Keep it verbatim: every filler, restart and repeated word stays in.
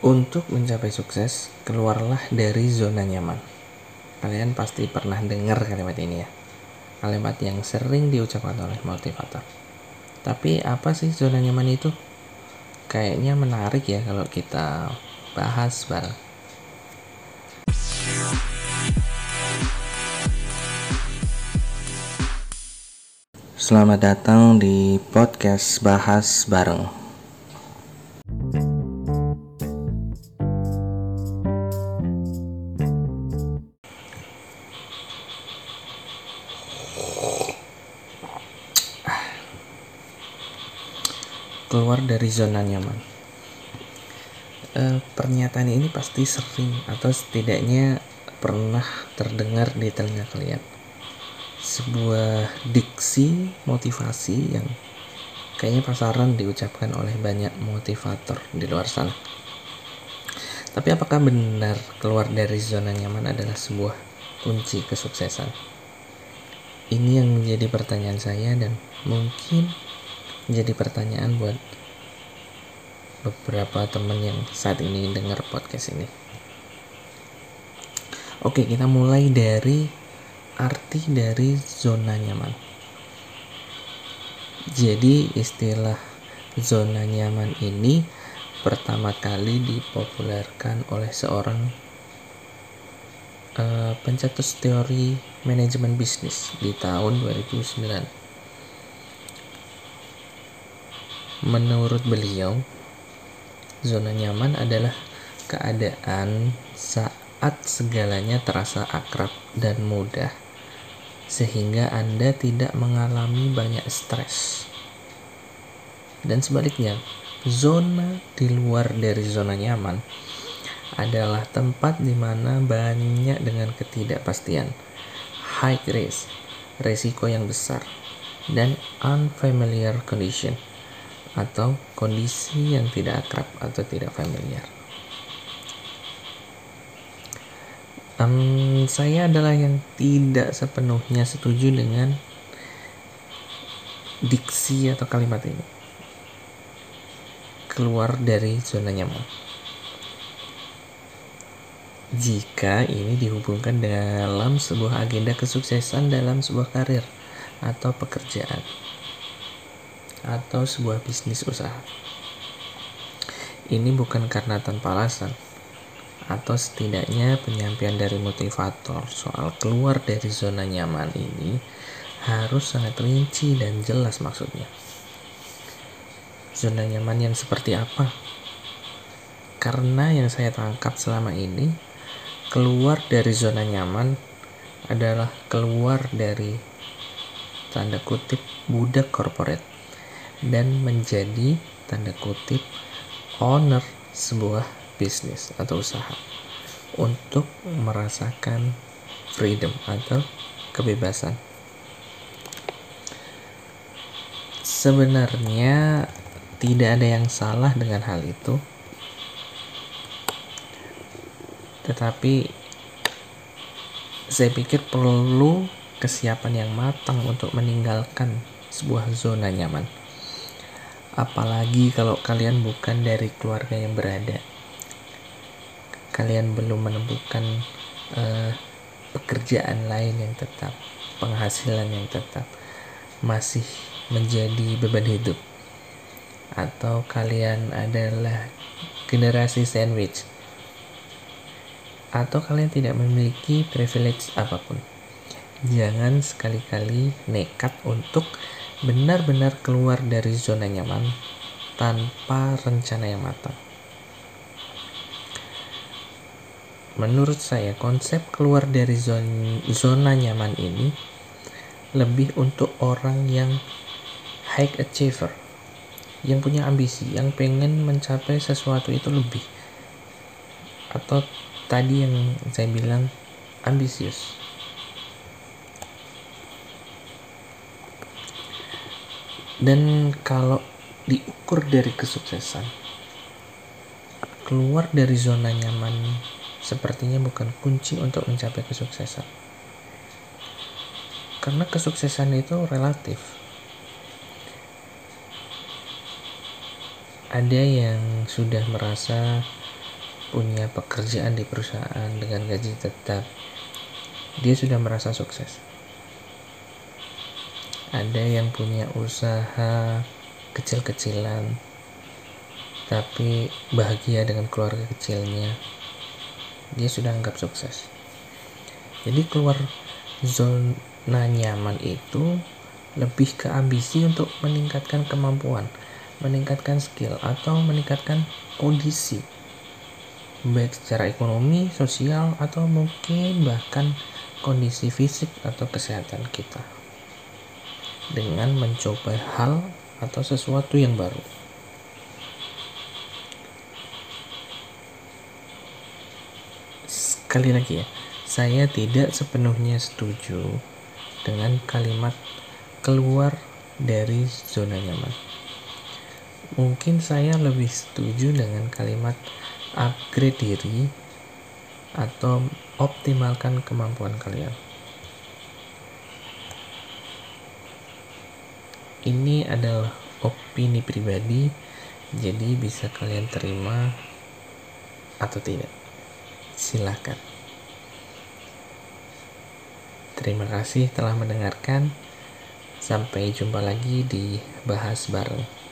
Untuk mencapai sukses, keluarlah dari zona nyaman. Kalian pasti pernah dengar kalimat ini ya. Kalimat yang sering diucapkan oleh motivator. Tapi apa sih zona nyaman itu? Kayaknya menarik ya kalau kita bahas bareng. Selamat datang di podcast Bahas Bareng. Keluar dari zona nyaman. E, pernyataan ini pasti sering atau setidaknya pernah terdengar di telinga kalian. Sebuah diksi motivasi yang kayaknya pasaran diucapkan oleh banyak motivator di luar sana. Tapi apakah benar keluar dari zona nyaman adalah sebuah kunci kesuksesan? Ini yang menjadi pertanyaan saya dan mungkin jadi pertanyaan buat beberapa teman yang saat ini dengar podcast ini. Oke, kita mulai dari arti dari zona nyaman. Jadi istilah zona nyaman ini pertama kali dipopulerkan oleh seorang uh, pencetus teori manajemen bisnis di tahun dua ribu sembilan. Menurut beliau, zona nyaman adalah keadaan saat segalanya terasa akrab dan mudah, sehingga Anda tidak mengalami banyak stres. Dan sebaliknya, zona di luar dari zona nyaman adalah tempat di mana banyak dengan ketidakpastian, high risk, resiko yang besar, dan unfamiliar condition, atau kondisi yang tidak akrab atau tidak familiar. Um, saya adalah yang tidak sepenuhnya setuju dengan diksi atau kalimat ini. Keluar dari zona nyaman. Jika ini dihubungkan dalam sebuah agenda kesuksesan dalam sebuah karir atau pekerjaan, atau sebuah bisnis usaha. Ini bukan karena tanpa alasan, atau setidaknya penyampaian dari motivator soal keluar dari zona nyaman ini harus sangat rinci dan jelas maksudnya. Zona nyaman yang seperti apa? Karena yang saya tangkap selama ini, keluar dari zona nyaman adalah keluar dari tanda kutip budak corporate dan menjadi tanda kutip owner sebuah bisnis atau usaha untuk merasakan freedom atau kebebasan. Sebenarnya tidak ada yang salah dengan hal itu, tetapi saya pikir perlu kesiapan yang matang untuk meninggalkan sebuah zona nyaman. Apalagi kalau kalian bukan dari keluarga yang berada, kalian belum menemukan uh, pekerjaan lain yang tetap, penghasilan yang tetap, masih menjadi beban hidup, atau kalian adalah generasi sandwich, atau kalian tidak memiliki privilege apapun. Jangan sekali-kali nekat untuk benar-benar keluar dari zona nyaman tanpa rencana yang matang. Menurut saya, konsep keluar dari zona, zona nyaman ini lebih untuk orang yang high achiever, yang punya ambisi, yang pengen mencapai sesuatu itu lebih, atau tadi yang saya bilang ambisius. Dan kalau diukur dari kesuksesan, keluar dari zona nyaman sepertinya bukan kunci untuk mencapai kesuksesan. Karena kesuksesan itu relatif. Ada yang sudah merasa punya pekerjaan di perusahaan dengan gaji tetap, dia sudah merasa sukses. Ada yang punya usaha kecil-kecilan tapi bahagia dengan keluarga kecilnya, dia sudah anggap sukses. Jadi keluar zona nyaman itu lebih ke ambisi untuk meningkatkan kemampuan, meningkatkan skill, atau meningkatkan kondisi, baik secara ekonomi, sosial, atau mungkin bahkan kondisi fisik atau kesehatan kita, dengan mencoba hal atau sesuatu yang baru. Sekali lagi ya, saya tidak sepenuhnya setuju dengan kalimat keluar dari zona nyaman. Mungkin saya lebih setuju dengan kalimat upgrade diri atau optimalkan kemampuan kalian. Ini adalah opini pribadi, jadi bisa kalian terima atau tidak. Silakan. Terima kasih telah mendengarkan. Sampai jumpa lagi di Bahas Bareng.